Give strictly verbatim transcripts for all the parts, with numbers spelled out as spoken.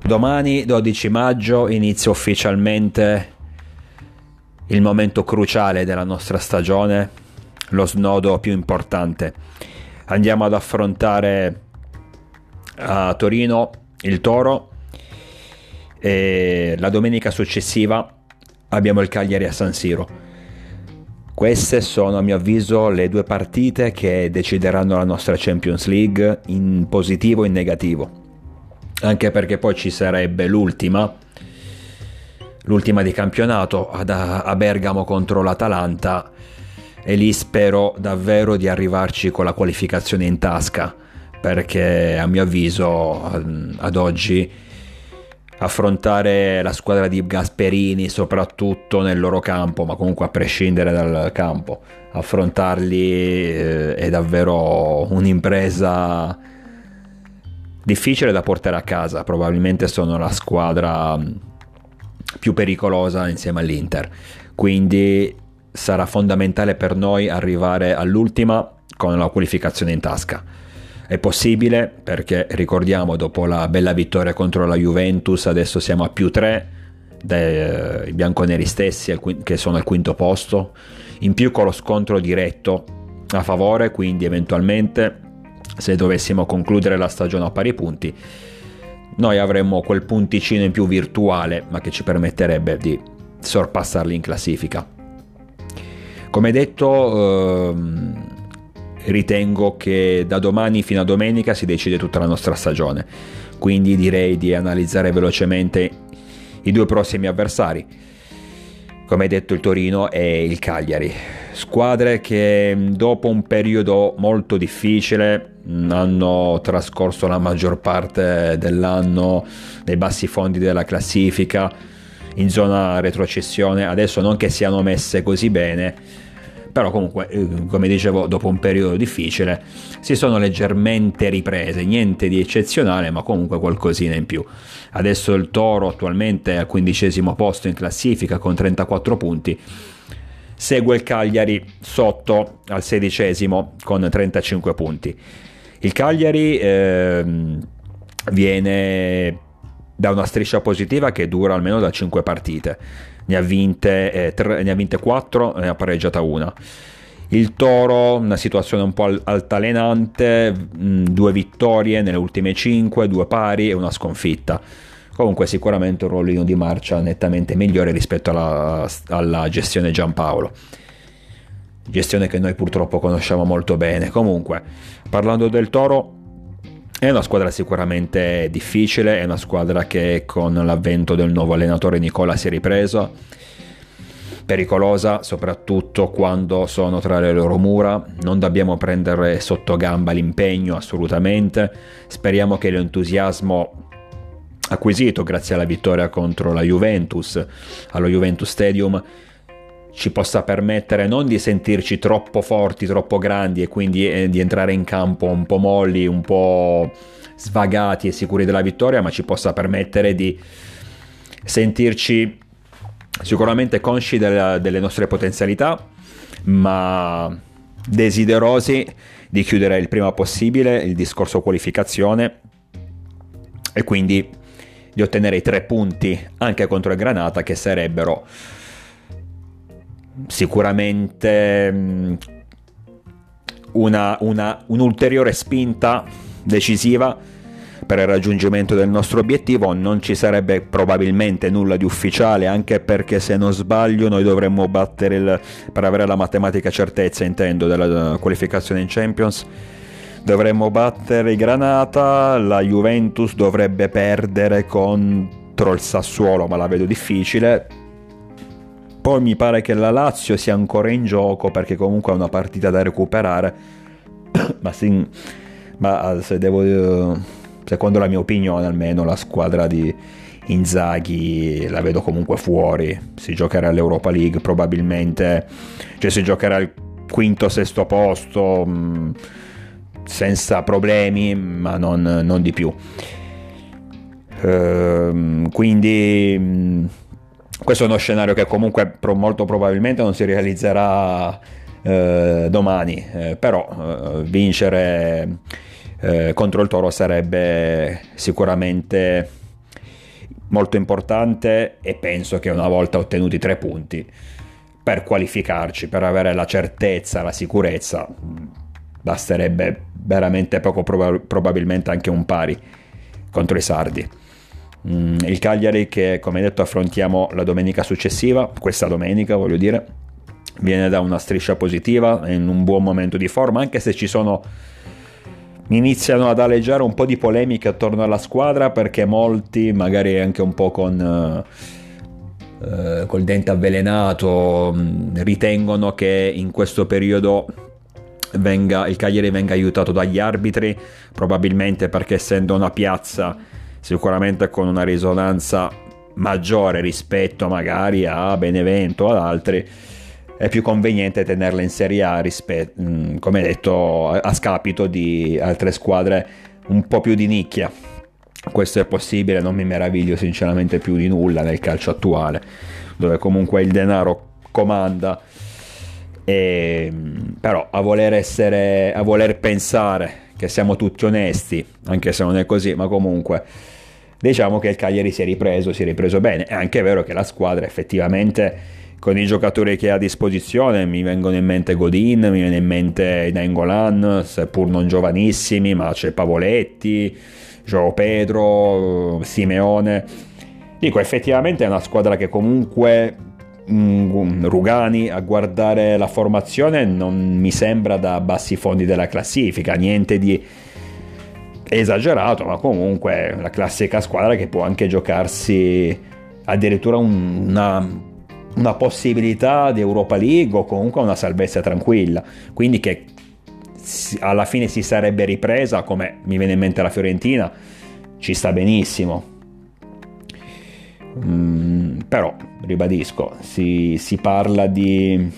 Domani dodici maggio inizia ufficialmente il momento cruciale della nostra stagione, lo snodo più importante. Andiamo ad affrontare a Torino il Toro e la domenica successiva abbiamo il Cagliari a San Siro. Queste sono, a mio avviso, le due partite che decideranno la nostra Champions League in positivo e in negativo. Anche perché poi ci sarebbe l'ultima, l'ultima di campionato ad, a Bergamo contro l'Atalanta, e lì spero davvero di arrivarci con la qualificazione in tasca, perché a mio avviso ad oggi affrontare la squadra di Gasperini, soprattutto nel loro campo, ma comunque a prescindere dal campo, affrontarli eh, è davvero un'impresa difficile da portare a casa. Probabilmente sono la squadra più pericolosa insieme all'Inter, quindi sarà fondamentale per noi arrivare all'ultima con la qualificazione in tasca. È possibile perché, ricordiamo, dopo la bella vittoria contro la Juventus adesso siamo a più tre dei bianconeri stessi, che sono al quinto posto, in più con lo scontro diretto a favore, quindi eventualmente se dovessimo concludere la stagione a pari punti noi avremmo quel punticino in più virtuale, ma che ci permetterebbe di sorpassarli in classifica. Come detto, ehm, ritengo che da domani fino a domenica si decide tutta la nostra stagione, quindi direi di analizzare velocemente i due prossimi avversari. Come detto, il Torino e il Cagliari, squadre che dopo un periodo molto difficile hanno trascorso la maggior parte dell'anno nei bassi fondi della classifica, in zona retrocessione. Adesso non che siano messe così bene, però comunque, come dicevo, dopo un periodo difficile si sono leggermente riprese, niente di eccezionale, ma comunque qualcosina in più. Adesso il Toro attualmente è al quindicesimo posto in classifica con trentaquattro punti, segue il Cagliari sotto al sedicesimo con trentacinque punti. Il Cagliari eh, viene da una striscia positiva che dura almeno da cinque partite, ne ha vinte eh, tre, ne ha vinte quattro, ne ha pareggiata una. Il Toro, una situazione un po' altalenante, mh, due vittorie nelle ultime cinque, due pari e una sconfitta. Comunque sicuramente un rollino di marcia nettamente migliore rispetto alla, alla gestione Giampaolo, gestione che noi purtroppo conosciamo molto bene. Comunque, parlando del Toro, è una squadra sicuramente difficile, è una squadra che con l'avvento del nuovo allenatore Nicola si è ripresa, pericolosa soprattutto quando sono tra le loro mura. Non dobbiamo prendere sotto gamba l'impegno, assolutamente. Speriamo che l'entusiasmo acquisito grazie alla vittoria contro la Juventus allo Juventus Stadium ci possa permettere non di sentirci troppo forti, troppo grandi e quindi eh, di entrare in campo un po' molli, un po' svagati e sicuri della vittoria, ma ci possa permettere di sentirci sicuramente consci della, delle nostre potenzialità, ma desiderosi di chiudere il prima possibile il discorso qualificazione e quindi di ottenere i tre punti anche contro il Granata, che sarebbero sicuramente una, una, un'ulteriore spinta decisiva per il raggiungimento del nostro obiettivo. Non ci sarebbe probabilmente nulla di ufficiale, anche perché, se non sbaglio, noi dovremmo battere il, per avere la matematica certezza, intendo, della qualificazione in Champions, dovremmo battere il Granata, la Juventus dovrebbe perdere contro il Sassuolo, ma la vedo difficile. Poi mi pare che la Lazio sia ancora in gioco, perché comunque è una partita da recuperare, ma, sì, ma se devo, secondo la mia opinione almeno, la squadra di Inzaghi la vedo comunque fuori. Si giocherà all'Europa League probabilmente, cioè si giocherà al quinto sesto posto mh, senza problemi, ma non, non di più. Ehm, quindi mh, questo è uno scenario che comunque pro, molto probabilmente non si realizzerà eh, domani, eh, però eh, vincere eh, contro il Toro sarebbe sicuramente molto importante, e penso che una volta ottenuti tre punti per qualificarci, per avere la certezza, la sicurezza, basterebbe veramente poco, prob- probabilmente anche un pari contro i sardi. Mm, il Cagliari, che come detto affrontiamo la domenica successiva, questa domenica voglio dire, viene da una striscia positiva, è in un buon momento di forma, anche se ci sono iniziano ad aleggiare un po' di polemiche attorno alla squadra, perché molti, magari anche un po' con eh, col dente avvelenato, ritengono che in questo periodo venga, il Cagliari venga aiutato dagli arbitri, probabilmente perché essendo una piazza sicuramente con una risonanza maggiore rispetto magari a Benevento o ad altri, è più conveniente tenerla in Serie A rispetto, come detto, a scapito di altre squadre un po' più di nicchia. Questo è possibile, non mi meraviglio sinceramente più di nulla nel calcio attuale, dove comunque il denaro comanda. E, però a voler essere, a voler pensare che siamo tutti onesti, anche se non è così, ma comunque diciamo che il Cagliari si è ripreso, si è ripreso bene. È anche vero che la squadra effettivamente, con i giocatori che ha a disposizione, mi vengono in mente Godin, mi viene in mente Nainggolan, seppur non giovanissimi, ma c'è Pavoletti, João Pedro, Simeone. Dico, effettivamente è una squadra che comunque mh, Rugani, a guardare la formazione, non mi sembra da bassi fondi della classifica, niente di esagerato, ma comunque la classica squadra che può anche giocarsi addirittura un, una una possibilità di Europa League o comunque una salvezza tranquilla, quindi che alla fine si sarebbe ripresa, come mi viene in mente la Fiorentina, ci sta benissimo. Mm, però ribadisco, si, si parla di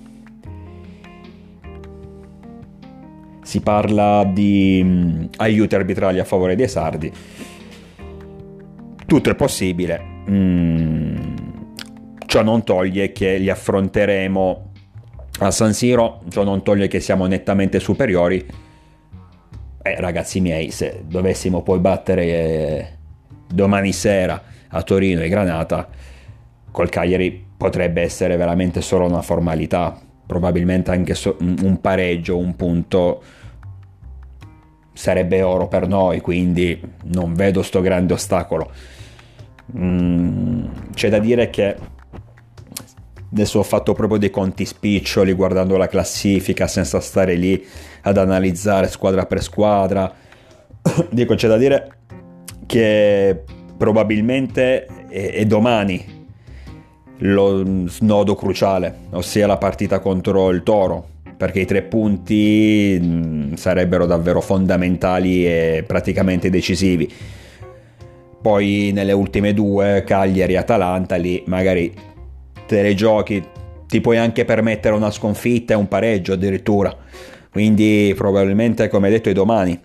si parla di mm, aiuti arbitrali a favore dei sardi. Tutto è possibile. mm, Ciò non toglie che li affronteremo a San Siro, ciò non toglie che siamo nettamente superiori. Eh, ragazzi miei, se dovessimo poi battere eh, domani sera a Torino e Granata, col Cagliari potrebbe essere veramente solo una formalità, probabilmente anche so- un pareggio, un punto sarebbe oro per noi, quindi non vedo sto grande ostacolo. Mm, c'è da dire che adesso ho fatto proprio dei conti spiccioli guardando la classifica senza stare lì ad analizzare squadra per squadra. Dico, c'è da dire che probabilmente è, è domani lo snodo cruciale, ossia la partita contro il Toro, perché i tre punti mh, sarebbero davvero fondamentali e praticamente decisivi. Poi nelle ultime due, Cagliari e Atalanta, lì magari te le giochi, ti puoi anche permettere una sconfitta e un pareggio addirittura, quindi probabilmente, come detto, è domani.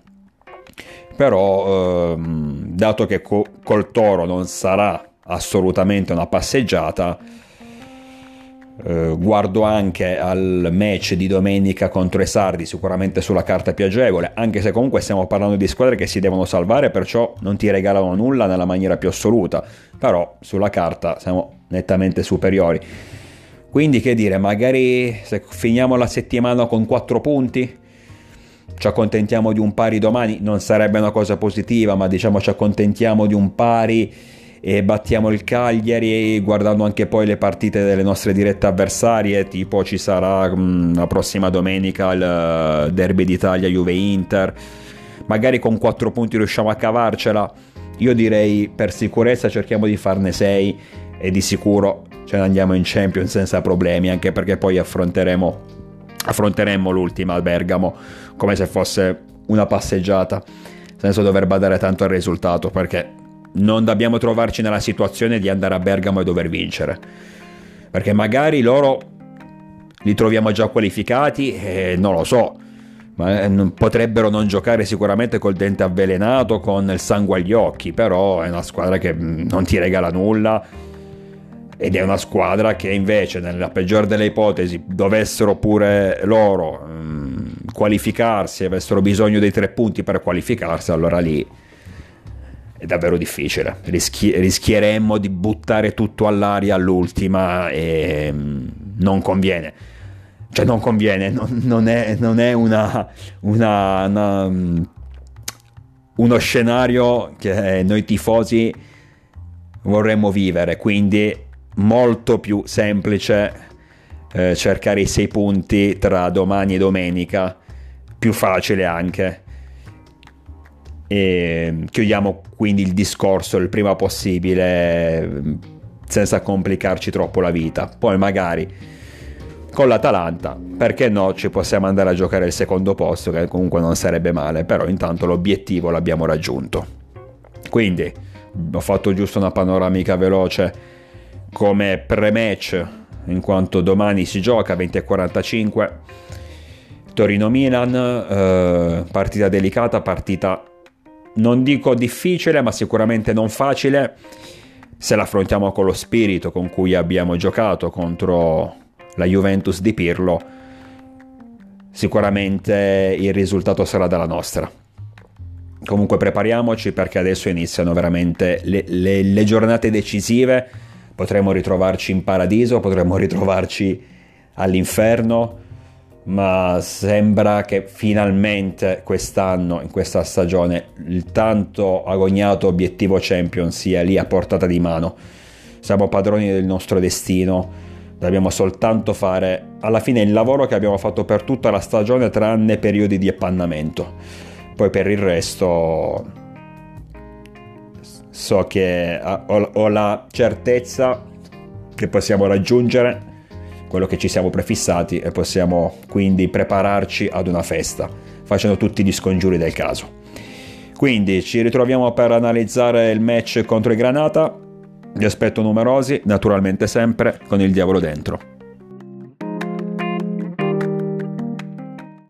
Però ehm, dato che co- col Toro non sarà assolutamente una passeggiata, eh, guardo anche al match di domenica contro i sardi, sicuramente sulla carta più agevole, anche se comunque stiamo parlando di squadre che si devono salvare, perciò non ti regalano nulla nella maniera più assoluta, però sulla carta siamo nettamente superiori. Quindi che dire, magari se finiamo la settimana con quattro punti, ci accontentiamo di un pari domani, non sarebbe una cosa positiva, ma diciamo ci accontentiamo di un pari e battiamo il Cagliari, guardando anche poi le partite delle nostre dirette avversarie, tipo ci sarà mh, la prossima domenica il Derby d'Italia Juve-Inter, magari con quattro punti riusciamo a cavarcela. Io direi, per sicurezza cerchiamo di farne sei e di sicuro ce ne andiamo in Champions senza problemi, anche perché poi affronteremo affronteremo l'ultima al Bergamo come se fosse una passeggiata, senza dover badare tanto al risultato, perché non dobbiamo trovarci nella situazione di andare a Bergamo e dover vincere, perché magari loro li troviamo già qualificati e non lo so, ma potrebbero non giocare sicuramente col dente avvelenato, con il sangue agli occhi, però è una squadra che non ti regala nulla, ed è una squadra che invece, nella peggior delle ipotesi, dovessero pure loro mh, qualificarsi, avessero bisogno dei tre punti per qualificarsi, allora lì è davvero difficile. Rischi- rischieremmo di buttare tutto all'aria all'ultima e non conviene. Cioè non conviene, non, non è, non è una, una, una, uno scenario che noi tifosi vorremmo vivere, quindi molto più semplice eh, cercare i sei punti tra domani e domenica, più facile anche. E chiudiamo quindi il discorso il prima possibile, senza complicarci troppo la vita. Poi magari con l'Atalanta, perché no, ci possiamo andare a giocare il secondo posto, che comunque non sarebbe male, però intanto l'obiettivo l'abbiamo raggiunto. Quindi ho fatto giusto una panoramica veloce come pre-match, in quanto domani si gioca venti e quarantacinque Torino-Milan, eh, partita delicata, partita non dico difficile, ma sicuramente non facile se l'affrontiamo con lo spirito con cui abbiamo giocato contro la Juventus di Pirlo. Sicuramente il risultato sarà dalla nostra. Comunque prepariamoci, perché adesso iniziano veramente le, le, le giornate decisive. Potremmo ritrovarci in paradiso, potremmo ritrovarci all'inferno, ma sembra che finalmente quest'anno, in questa stagione, il tanto agognato obiettivo Champions sia lì a portata di mano. Siamo padroni del nostro destino, dobbiamo soltanto fare alla fine il lavoro che abbiamo fatto per tutta la stagione, tranne periodi di appannamento. Poi per il resto so che ho, ho la certezza che possiamo raggiungere quello che ci siamo prefissati e possiamo quindi prepararci ad una festa, facendo tutti gli scongiuri del caso. Quindi ci ritroviamo per analizzare il match contro il Granata. Vi aspetto numerosi, naturalmente sempre con il diavolo dentro.